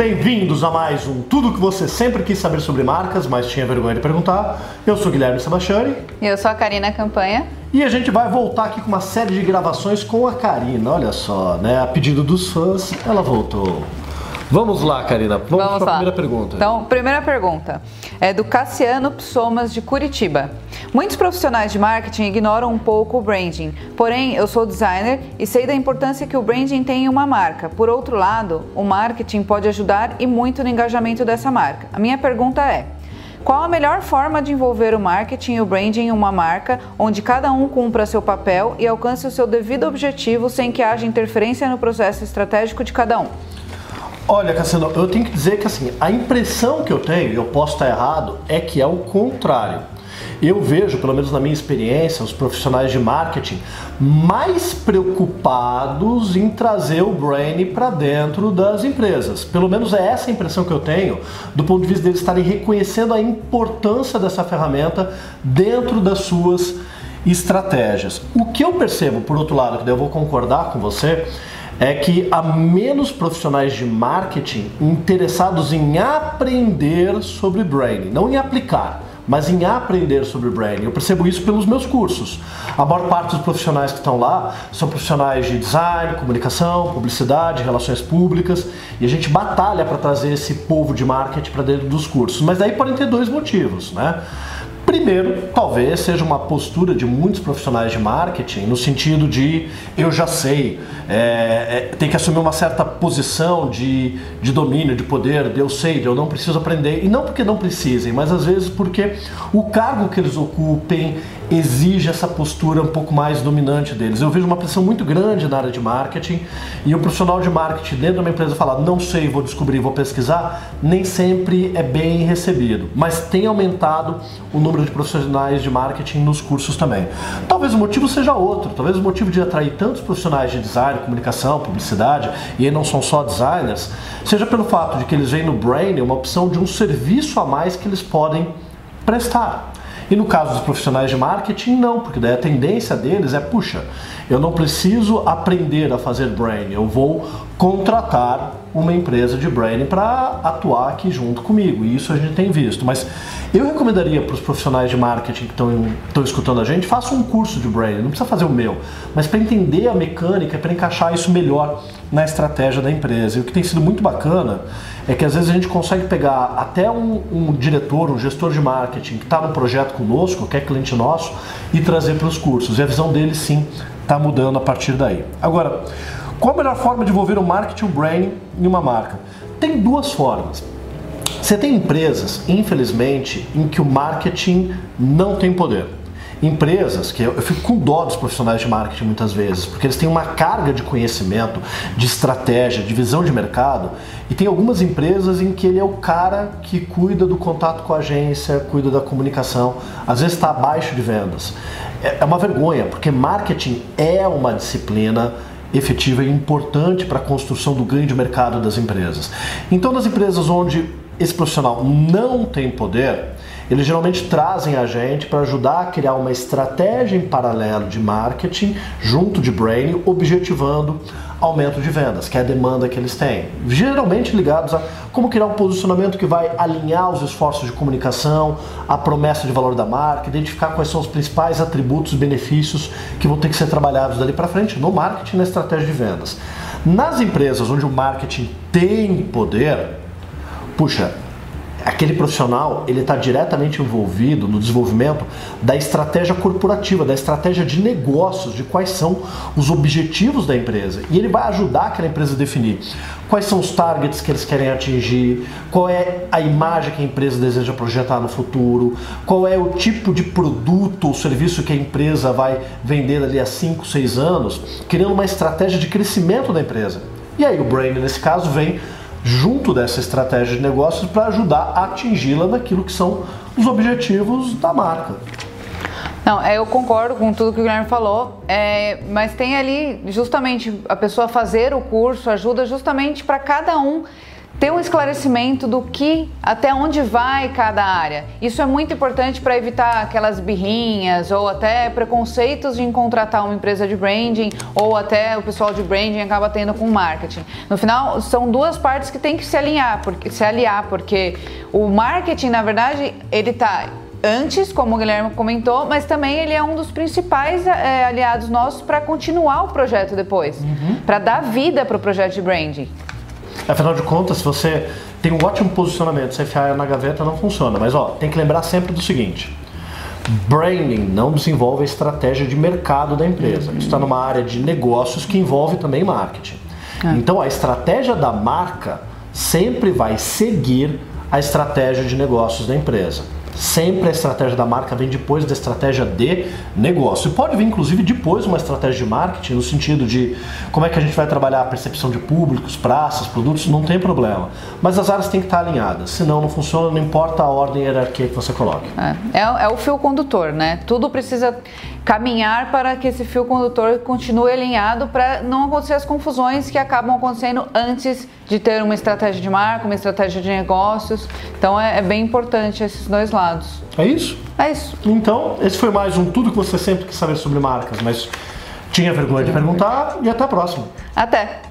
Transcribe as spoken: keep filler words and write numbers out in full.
bem-vindos a mais um Tudo que você sempre quis saber sobre marcas, mas tinha vergonha de perguntar. Eu sou Guilherme Sebastiani. E eu sou a Karina Campanha. E a gente vai voltar aqui com uma série de gravações com a Karina, olha só, né? A pedido dos fãs, ela voltou. Vamos lá, Karina, vamos, vamos para a lá. primeira pergunta. Então, primeira pergunta é do Cassiano Psomas, de Curitiba. Muitos profissionais de marketing ignoram um pouco o branding, porém eu sou designer e sei da importância que o branding tem em uma marca. Por outro lado, o marketing pode ajudar e muito no engajamento dessa marca. A minha pergunta é: qual a melhor forma de envolver o marketing e o branding em uma marca, onde cada um cumpra seu papel e alcance o seu devido objetivo sem que haja interferência no processo estratégico de cada um? Olha, Cassiano, eu tenho que dizer que assim, a impressão que eu tenho, e eu posso estar errado, é que é o contrário. Eu vejo, pelo menos na minha experiência, os profissionais de marketing mais preocupados em trazer o branding para dentro das empresas. Pelo menos é essa a impressão que eu tenho, do ponto de vista deles estarem reconhecendo a importância dessa ferramenta dentro das suas estratégias. O que eu percebo, por outro lado, que daí eu vou concordar com você, é que há menos profissionais de marketing interessados em aprender sobre branding, não em aplicar, mas em aprender sobre branding. Eu percebo isso pelos meus cursos. A maior parte dos profissionais que estão lá são profissionais de design, comunicação, publicidade, relações públicas, e a gente batalha para trazer esse povo de marketing para dentro dos cursos. Mas daí podem ter dois motivos, né? Primeiro, talvez seja uma postura de muitos profissionais de marketing no sentido de eu já sei, é, é, tem que assumir uma certa posição de, de domínio, de poder, de eu sei, de eu não preciso aprender, e não porque não precisem, mas às vezes porque o cargo que eles ocupem exige essa postura um pouco mais dominante deles. Eu vejo uma pressão muito grande na área de marketing, e o profissional de marketing dentro de uma empresa falar não sei, vou descobrir, vou pesquisar, nem sempre é bem recebido, mas tem aumentado o número de profissionais de marketing nos cursos também. Talvez o motivo seja outro, talvez o motivo de atrair tantos profissionais de design, comunicação, publicidade, e aí não são só designers, seja pelo fato de que eles veem no branding uma opção de um serviço a mais que eles podem prestar. E no caso dos profissionais de marketing, não, porque daí a tendência deles é, puxa, eu não preciso aprender a fazer branding, eu vou contratar uma empresa de branding para atuar aqui junto comigo, e isso a gente tem visto. Mas eu recomendaria para os profissionais de marketing que estão escutando a gente, faça um curso de branding, não precisa fazer o meu, mas para entender a mecânica, para encaixar isso melhor na estratégia da empresa. E o que tem sido muito bacana é que às vezes a gente consegue pegar até um, um diretor, um gestor de marketing que está no projeto conosco, que é cliente nosso, e trazer para os cursos. E a visão dele sim está mudando a partir daí. Agora, qual a melhor forma de envolver o marketing e o branding em uma marca? Tem duas formas. Você tem empresas, infelizmente, em que o marketing não tem poder. Empresas que eu, eu fico com dó dos profissionais de marketing muitas vezes, porque eles têm uma carga de conhecimento, de estratégia, de visão de mercado, e tem algumas empresas em que ele é o cara que cuida do contato com a agência, cuida da comunicação, às vezes está abaixo de vendas. É, é uma vergonha, porque marketing é uma disciplina efetiva e importante para a construção do ganho de mercado das empresas. Então, nas empresas onde esse profissional não tem poder, eles geralmente trazem a gente para ajudar a criar uma estratégia em paralelo de marketing junto de branding, objetivando aumento de vendas, que é a demanda que eles têm. Geralmente ligados a como criar um posicionamento que vai alinhar os esforços de comunicação, a promessa de valor da marca, identificar quais são os principais atributos e benefícios que vão ter que ser trabalhados dali para frente no marketing e na estratégia de vendas. Nas empresas onde o marketing tem poder, puxa, aquele profissional, ele está diretamente envolvido no desenvolvimento da estratégia corporativa, da estratégia de negócios, de quais são os objetivos da empresa. E ele vai ajudar aquela empresa a definir quais são os targets que eles querem atingir, qual é a imagem que a empresa deseja projetar no futuro, qual é o tipo de produto ou serviço que a empresa vai vender ali a cinco, seis anos, criando uma estratégia de crescimento da empresa. E aí o branding, nesse caso, vem junto dessa estratégia de negócios para ajudar a atingi-la naquilo que são os objetivos da marca. Não, eu concordo com tudo que o Guilherme falou, é, mas tem ali justamente a pessoa fazer o curso, ajuda justamente para cada um ter um esclarecimento do que, até onde vai cada área. Isso é muito importante para evitar aquelas birrinhas ou até preconceitos em contratar uma empresa de branding, ou até o pessoal de branding acaba tendo com marketing. No final, são duas partes que tem que se alinhar, porque, se aliar, porque o marketing, na verdade, ele está antes, como o Guilherme comentou, mas também ele é um dos principais é, aliados nossos para continuar o projeto depois, uhum. para dar vida para o projeto de branding. Afinal de contas, se você tem um ótimo posicionamento, se enfiar na gaveta não funciona, mas ó, tem que lembrar sempre do seguinte: branding não desenvolve a estratégia de mercado da empresa, uhum. isso está numa área de negócios que envolve também marketing. Uhum. Então a estratégia da marca sempre vai seguir a estratégia de negócios da empresa. Sempre a estratégia da marca vem depois da estratégia de negócio. E pode vir, inclusive, depois uma estratégia de marketing, no sentido de como é que a gente vai trabalhar a percepção de públicos, praças, produtos, não tem problema. Mas as áreas têm que estar alinhadas, senão não funciona, não importa a ordem e a hierarquia que você coloque. É, é, é o fio condutor, né? Tudo precisa caminhar para que esse fio condutor continue alinhado para não acontecer as confusões que acabam acontecendo antes de ter uma estratégia de marca, uma estratégia de negócios. Então é, é bem importante esses dois lados. É isso? É isso. Então, esse foi mais um Tudo que você sempre quis saber sobre marcas, mas tinha vergonha de perguntar, e até a próxima. Até!